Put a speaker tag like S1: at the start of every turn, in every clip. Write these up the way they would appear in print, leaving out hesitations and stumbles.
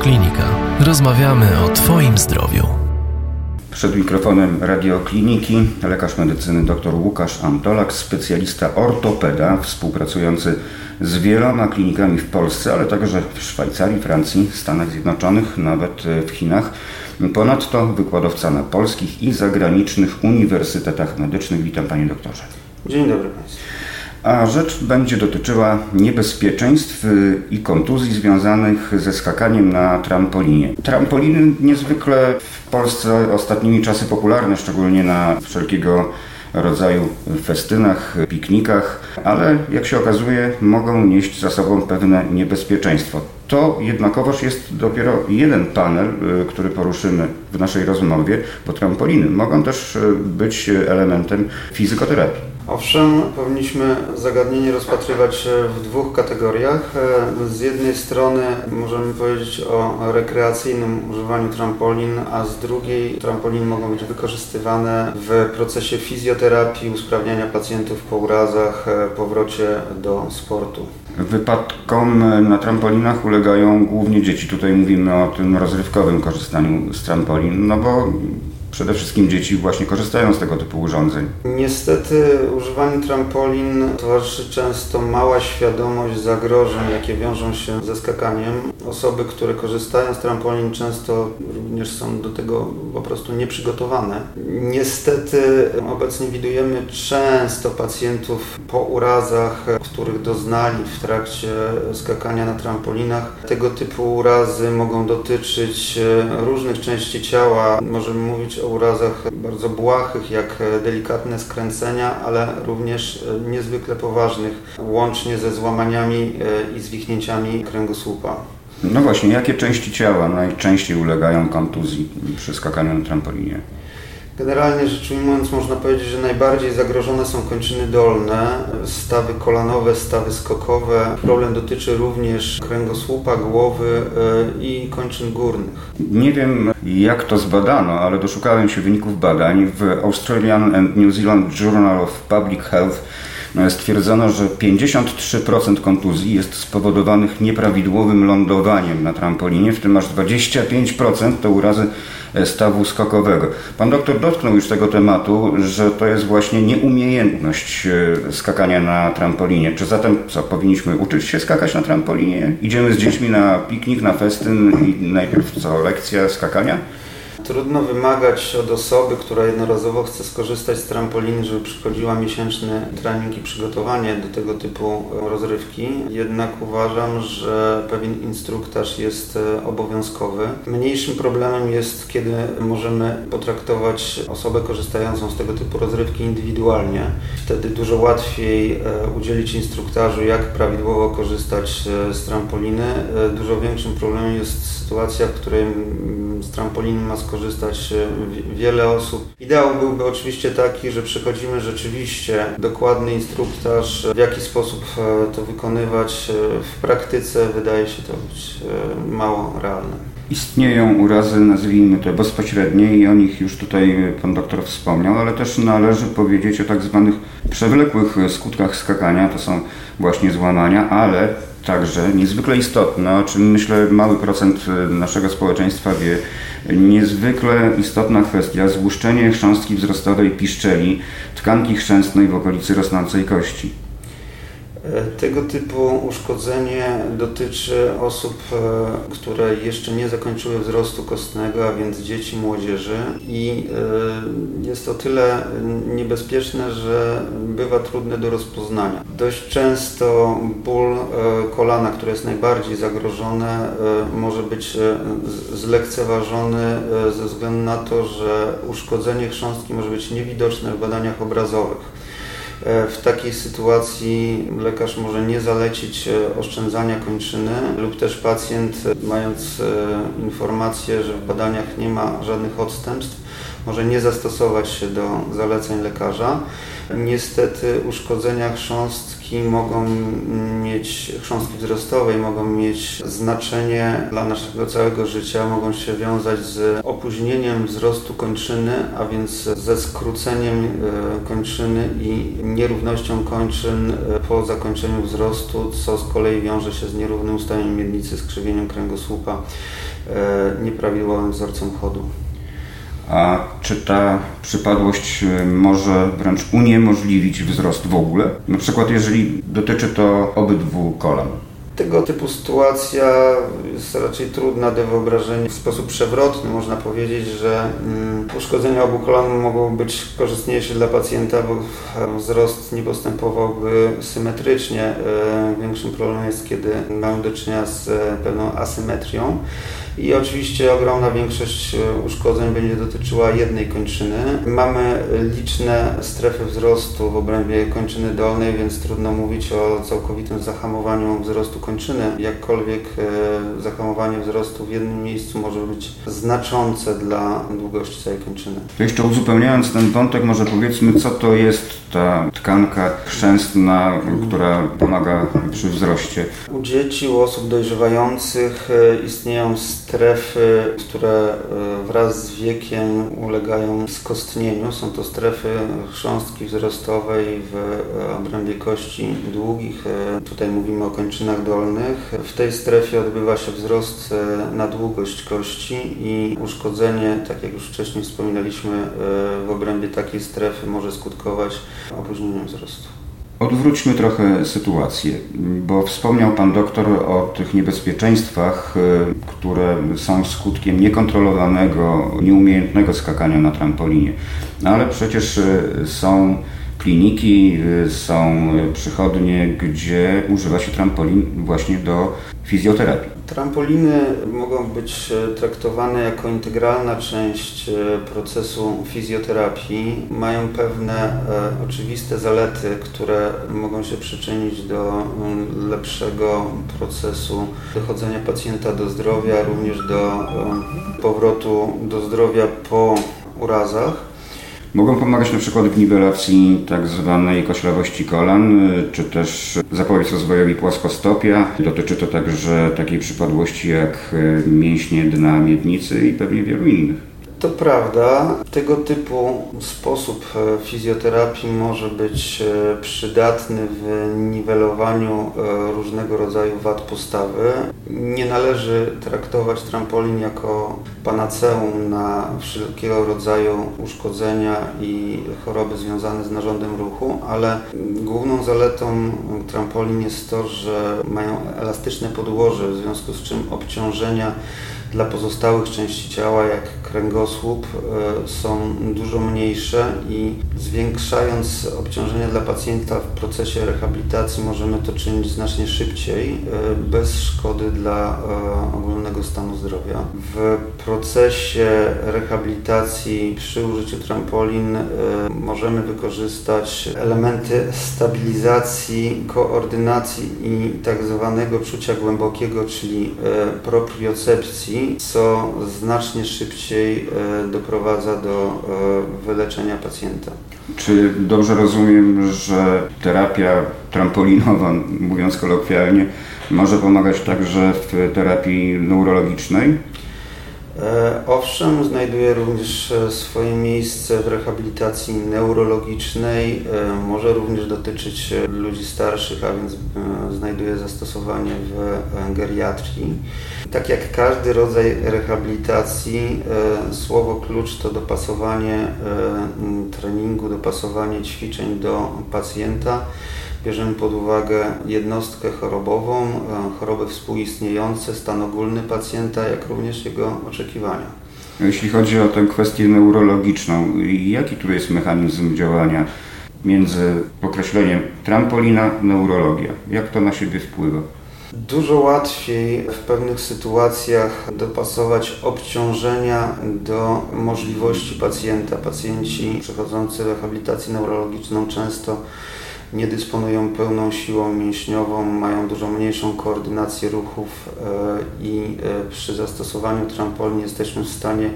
S1: Radioklinika. Rozmawiamy o Twoim zdrowiu.
S2: Przed mikrofonem Radiokliniki lekarz medycyny dr Łukasz Antolak, specjalista ortopeda, współpracujący z wieloma klinikami w Polsce, ale także w Szwajcarii, Francji, Stanach Zjednoczonych, nawet w Chinach. Ponadto wykładowca na polskich i zagranicznych uniwersytetach medycznych. Witam, panie doktorze.
S3: Dzień dobry państwu.
S2: A rzecz będzie dotyczyła niebezpieczeństw i kontuzji związanych ze skakaniem na trampolinie. Trampoliny niezwykle w Polsce ostatnimi czasy popularne, szczególnie na wszelkiego rodzaju festynach, piknikach, ale jak się okazuje, mogą nieść za sobą pewne niebezpieczeństwo. To jednakowoż jest dopiero jeden panel, który poruszymy w naszej rozmowie, bo trampoliny mogą też być elementem fizykoterapii.
S3: Owszem, powinniśmy zagadnienie rozpatrywać w dwóch kategoriach. Z jednej strony możemy powiedzieć o rekreacyjnym używaniu trampolin, a z drugiej trampoliny mogą być wykorzystywane w procesie fizjoterapii, usprawniania pacjentów po urazach, powrocie do sportu.
S2: Wypadkom na trampolinach ulegają głównie dzieci. Tutaj mówimy o tym rozrywkowym korzystaniu z trampolin, no bo przede wszystkim dzieci właśnie korzystają z tego typu urządzeń.
S3: Niestety używaniu trampolin towarzyszy często mała świadomość zagrożeń, jakie wiążą się ze skakaniem. Osoby, które korzystają z trampolin, często również są do tego po prostu nieprzygotowane. Niestety obecnie widujemy często pacjentów po urazach, których doznali w trakcie skakania na trampolinach. Tego typu urazy mogą dotyczyć różnych części ciała. Możemy mówić o urazach bardzo błahych, jak delikatne skręcenia, ale również niezwykle poważnych, łącznie ze złamaniami i zwichnięciami kręgosłupa.
S2: No właśnie, jakie części ciała najczęściej ulegają kontuzji przy skakaniu na trampolinie?
S3: Generalnie rzecz ujmując, można powiedzieć, że najbardziej zagrożone są kończyny dolne, stawy kolanowe, stawy skokowe. Problem dotyczy również kręgosłupa, głowy i kończyn górnych. Nie
S2: wiem, jak to zbadano, ale doszukałem się wyników badań. W Australian and New Zealand Journal of Public Health stwierdzono, że 53% kontuzji jest spowodowanych nieprawidłowym lądowaniem na trampolinie, w tym aż 25% to urazy stawu skokowego. Pan doktor dotknął już tego tematu, że to jest właśnie nieumiejętność skakania na trampolinie. Czy zatem powinniśmy uczyć się skakać na trampolinie? Idziemy z dziećmi na piknik, na festyn i najpierw lekcja skakania?
S3: Trudno wymagać od osoby, która jednorazowo chce skorzystać z trampoliny, żeby przychodziła miesięczny trening i przygotowanie do tego typu rozrywki. Jednak uważam, że pewien instruktaż jest obowiązkowy. Mniejszym problemem jest, kiedy możemy potraktować osobę korzystającą z tego typu rozrywki indywidualnie. Wtedy dużo łatwiej udzielić instruktażu, jak prawidłowo korzystać z trampoliny. Dużo większym problemem jest sytuacja, w której z trampoliny ma skorzystać wiele osób. Ideał byłby oczywiście taki, że przechodzimy rzeczywiście dokładny instruktaż, w jaki sposób to wykonywać. W praktyce wydaje się to być mało realne.
S2: Istnieją urazy, nazwijmy to bezpośrednie i o nich już tutaj pan doktor wspomniał, ale też należy powiedzieć o tak zwanych przewlekłych skutkach skakania. To są właśnie złamania, ale także niezwykle istotne, o czym myślę mały procent naszego społeczeństwa wie, niezwykle istotna kwestia, złuszczenie chrząstki wzrostowej piszczeli, tkanki chrzęstnej w okolicy rosnącej kości.
S3: Tego typu uszkodzenie dotyczy osób, które jeszcze nie zakończyły wzrostu kostnego, a więc dzieci, młodzieży i jest to tyle niebezpieczne, że bywa trudne do rozpoznania. Dość często ból kolana, które jest najbardziej zagrożone, może być zlekceważony ze względu na to, że uszkodzenie chrząstki może być niewidoczne w badaniach obrazowych. W takiej sytuacji lekarz może nie zalecić oszczędzania kończyny lub też pacjent, mając informację, że w badaniach nie ma żadnych odstępstw, może nie zastosować się do zaleceń lekarza. Niestety uszkodzenia chrząstki wzrostowej mogą mieć znaczenie dla naszego całego życia, mogą się wiązać z opóźnieniem wzrostu kończyny, a więc ze skróceniem kończyny i nierównością kończyn po zakończeniu wzrostu, co z kolei wiąże się z nierównym ustawieniem miednicy, skrzywieniem kręgosłupa, nieprawidłowym wzorcem chodu.
S2: A czy ta przypadłość może wręcz uniemożliwić wzrost w ogóle? Na przykład jeżeli dotyczy to obydwu kolan.
S3: Tego typu sytuacja jest raczej trudna do wyobrażenia. W sposób przewrotny można powiedzieć, że uszkodzenia obu kolan mogą być korzystniejsze dla pacjenta, bo wzrost nie postępowałby symetrycznie. Większym problemem jest, kiedy mamy do czynienia z pewną asymetrią. I oczywiście ogromna większość uszkodzeń będzie dotyczyła jednej kończyny. Mamy liczne strefy wzrostu w obrębie kończyny dolnej, więc trudno mówić o całkowitym zahamowaniu wzrostu kończyny. Jakkolwiek zahamowanie wzrostu w jednym miejscu może być znaczące dla długości całej kończyny.
S2: To jeszcze uzupełniając ten wątek, może powiedzmy, co to jest ta tkanka chrzęstna, która pomaga przy wzroście.
S3: U dzieci, u osób dojrzewających istnieją strefy, które wraz z wiekiem ulegają skostnieniu. Są to strefy chrząstki wzrostowej w obrębie kości długich. Tutaj mówimy o kończynach dolnych. W tej strefie odbywa się wzrost na długość kości i uszkodzenie, tak jak już wcześniej wspominaliśmy, w obrębie takiej strefy może skutkować opóźnieniem wzrostu.
S2: Odwróćmy trochę sytuację, bo wspomniał Pan doktor o tych niebezpieczeństwach, które są skutkiem niekontrolowanego, nieumiejętnego skakania na trampolinie. No ale przecież są kliniki, są przychodnie, gdzie używa się trampolin właśnie do fizjoterapii.
S3: Trampoliny mogą być traktowane jako integralna część procesu fizjoterapii. Mają pewne oczywiste zalety, które mogą się przyczynić do lepszego procesu dochodzenia pacjenta do zdrowia, również do powrotu do zdrowia po urazach.
S2: Mogą pomagać na przykład w niwelacji tak zwanej koślawości kolan, czy też zapobiec rozwojowi płaskostopia. Dotyczy to także takiej przypadłości jak mięśnie dna miednicy i pewnie wielu innych.
S3: To prawda. Tego typu sposób fizjoterapii może być przydatny w niwelowaniu różnego rodzaju wad postawy. Nie należy traktować trampolin jako panaceum na wszelkiego rodzaju uszkodzenia i choroby związane z narządem ruchu, ale główną zaletą trampolin jest to, że mają elastyczne podłoże, w związku z czym obciążenia dla pozostałych części ciała, jak kręgosłup, są dużo mniejsze i zwiększając obciążenia dla pacjenta w procesie rehabilitacji możemy to czynić znacznie szybciej, bez szkody dla ogólnego stanu zdrowia. W procesie rehabilitacji przy użyciu trampolin możemy wykorzystać elementy stabilizacji, koordynacji i tak zwanego czucia głębokiego, czyli propriocepcji, co znacznie szybciej doprowadza do wyleczenia pacjenta.
S2: Czy dobrze rozumiem, że terapia trampolinowa, mówiąc kolokwialnie, może pomagać także w terapii neurologicznej?
S3: Owszem, znajduje również swoje miejsce w rehabilitacji neurologicznej. Może również dotyczyć ludzi starszych, a więc znajduje zastosowanie w geriatrii. Tak jak każdy rodzaj rehabilitacji, słowo klucz to dopasowanie treningu, dopasowanie ćwiczeń do pacjenta. Bierzemy pod uwagę jednostkę chorobową, choroby współistniejące, stan ogólny pacjenta, jak również jego oczekiwania.
S2: Jeśli chodzi o tę kwestię neurologiczną, jaki tu jest mechanizm działania między określeniem trampolina, neurologia? Jak to na siebie wpływa?
S3: Dużo łatwiej w pewnych sytuacjach dopasować obciążenia do możliwości pacjenta. Pacjenci przechodzący rehabilitację neurologiczną często nie dysponują pełną siłą mięśniową, mają dużo mniejszą koordynację ruchów i przy zastosowaniu trampolin jesteśmy w stanie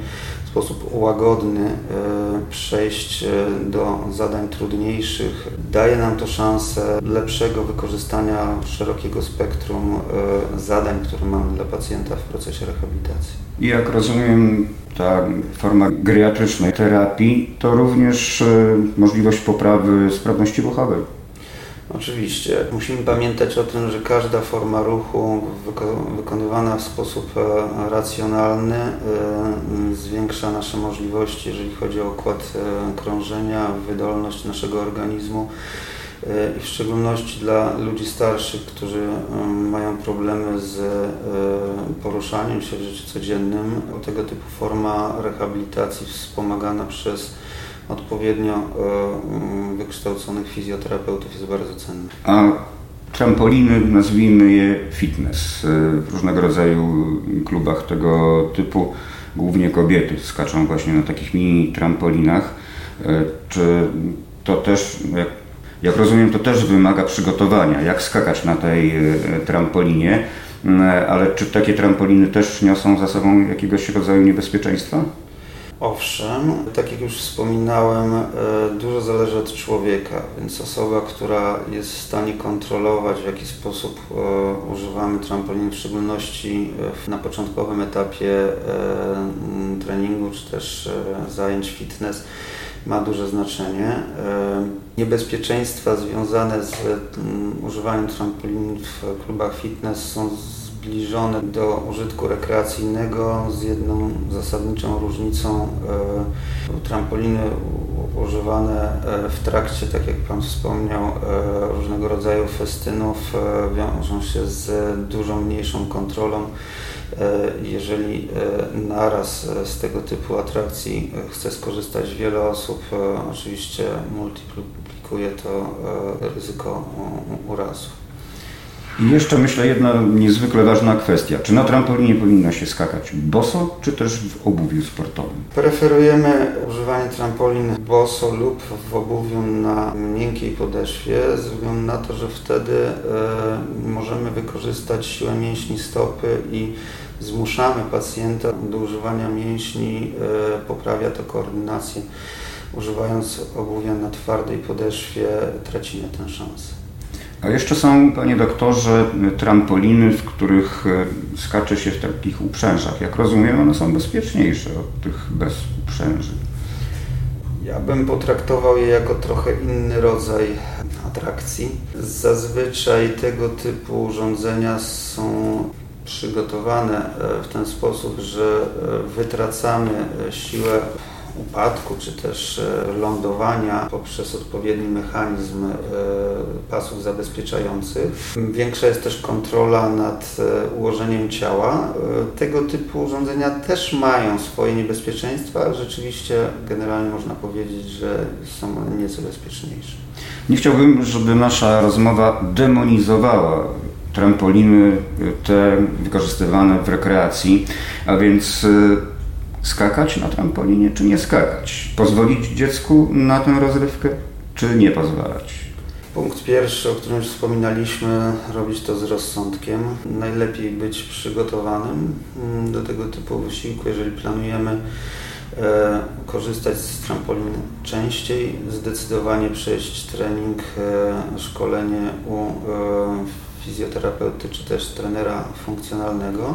S3: w sposób łagodny przejść do zadań trudniejszych. Daje nam to szansę lepszego wykorzystania szerokiego spektrum zadań, które mamy dla pacjenta w procesie rehabilitacji.
S2: I jak rozumiem, ta forma geriatrycznej terapii to również możliwość poprawy sprawności ruchowej.
S3: Oczywiście. Musimy pamiętać o tym, że każda forma ruchu wykonywana w sposób racjonalny zwiększa nasze możliwości, jeżeli chodzi o układ krążenia, wydolność naszego organizmu i w szczególności dla ludzi starszych, którzy mają problemy z poruszaniem się w życiu codziennym. Tego typu forma rehabilitacji wspomagana przez odpowiednio wykształconych fizjoterapeutów jest bardzo cenna.
S2: A trampoliny, nazwijmy je fitness. W różnego rodzaju klubach tego typu głównie kobiety skaczą właśnie na takich mini trampolinach. Czy to też, jak rozumiem, to też wymaga przygotowania, jak skakać na tej trampolinie, ale czy takie trampoliny też niosą za sobą jakiegoś rodzaju niebezpieczeństwa?
S3: Owszem, tak jak już wspominałem, dużo zależy od człowieka, więc osoba, która jest w stanie kontrolować, w jaki sposób używamy trampolin, w szczególności na początkowym etapie treningu czy też zajęć fitness, ma duże znaczenie. Niebezpieczeństwa związane z używaniem trampolin w klubach fitness są zbliżone do użytku rekreacyjnego z jedną zasadniczą różnicą. Trampoliny używane w trakcie, tak jak Pan wspomniał, różnego rodzaju festynów wiążą się z dużo mniejszą kontrolą. Jeżeli naraz z tego typu atrakcji chce skorzystać wiele osób, oczywiście multiplikuje to ryzyko urazów.
S2: I jeszcze myślę jedna niezwykle ważna kwestia. Czy na trampolinie powinno się skakać boso, czy też w obuwiu sportowym?
S3: Preferujemy używanie trampolin boso lub w obuwiu na miękkiej podeszwie, ze względu na to, że wtedy możemy wykorzystać siłę mięśni stopy i zmuszamy pacjenta do używania mięśni, poprawia to koordynację. Używając obuwia na twardej podeszwie tracimy tę szansę.
S2: A jeszcze są, panie doktorze, trampoliny, w których skacze się w takich uprzężach. Jak rozumiem, one są bezpieczniejsze od tych bez uprzęży.
S3: Ja bym potraktował je jako trochę inny rodzaj atrakcji. Zazwyczaj tego typu urządzenia są przygotowane w ten sposób, że wytracamy siłę upadku czy też lądowania poprzez odpowiedni mechanizm pasów zabezpieczających. Większa jest też kontrola nad ułożeniem ciała. Tego typu urządzenia też mają swoje niebezpieczeństwa, ale rzeczywiście generalnie można powiedzieć, że są one nieco bezpieczniejsze.
S2: Nie chciałbym, żeby nasza rozmowa demonizowała trampoliny te wykorzystywane w rekreacji, a więc skakać na trampolinie, czy nie skakać? Pozwolić dziecku na tę rozrywkę, czy nie pozwalać?
S3: Punkt pierwszy, o którym już wspominaliśmy, robić to z rozsądkiem. Najlepiej być przygotowanym do tego typu wysiłku, jeżeli planujemy korzystać z trampolin częściej, zdecydowanie przejść trening, szkolenie u fizjoterapeuty, czy też trenera funkcjonalnego.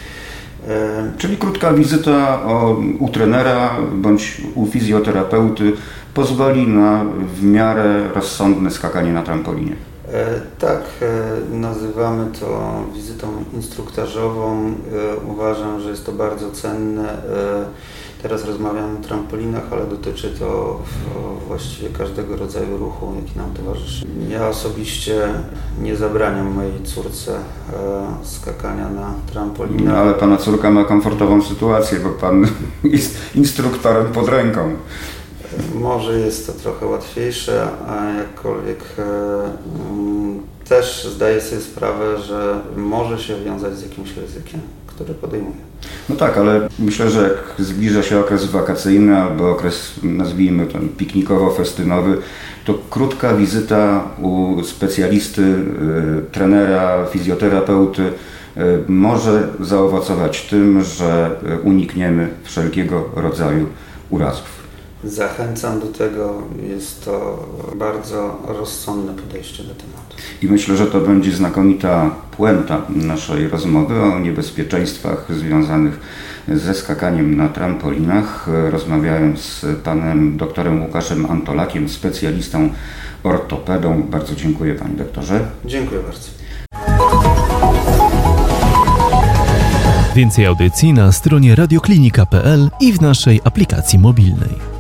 S2: Czyli krótka wizyta u trenera bądź u fizjoterapeuty pozwoli na w miarę rozsądne skakanie na trampolinie.
S3: Tak, nazywamy to wizytą instruktażową. Uważam, że jest to bardzo cenne. Teraz rozmawiamy o trampolinach, ale dotyczy to właściwie każdego rodzaju ruchu, jaki nam towarzyszy. Ja osobiście nie zabraniam mojej córce skakania na trampolinach.
S2: No, ale pana córka ma komfortową sytuację, bo pan jest instruktorem pod ręką.
S3: Może jest to trochę łatwiejsze, a jakkolwiek też zdaję sobie sprawę, że może się wiązać z jakimś ryzykiem, które podejmuje.
S2: No tak, ale myślę, że jak zbliża się okres wakacyjny albo okres, nazwijmy to, piknikowo-festynowy, to krótka wizyta u specjalisty, trenera, fizjoterapeuty może zaowocować tym, że unikniemy wszelkiego rodzaju urazów.
S3: Zachęcam do tego, jest to bardzo rozsądne podejście do tematu.
S2: I myślę, że to będzie znakomita puenta naszej rozmowy o niebezpieczeństwach związanych ze skakaniem na trampolinach. Rozmawiałem z panem doktorem Łukaszem Antolakiem, specjalistą ortopedą. Bardzo dziękuję, panie doktorze.
S3: Dziękuję bardzo.
S1: Więcej audycji na stronie radioklinika.pl i w naszej aplikacji mobilnej.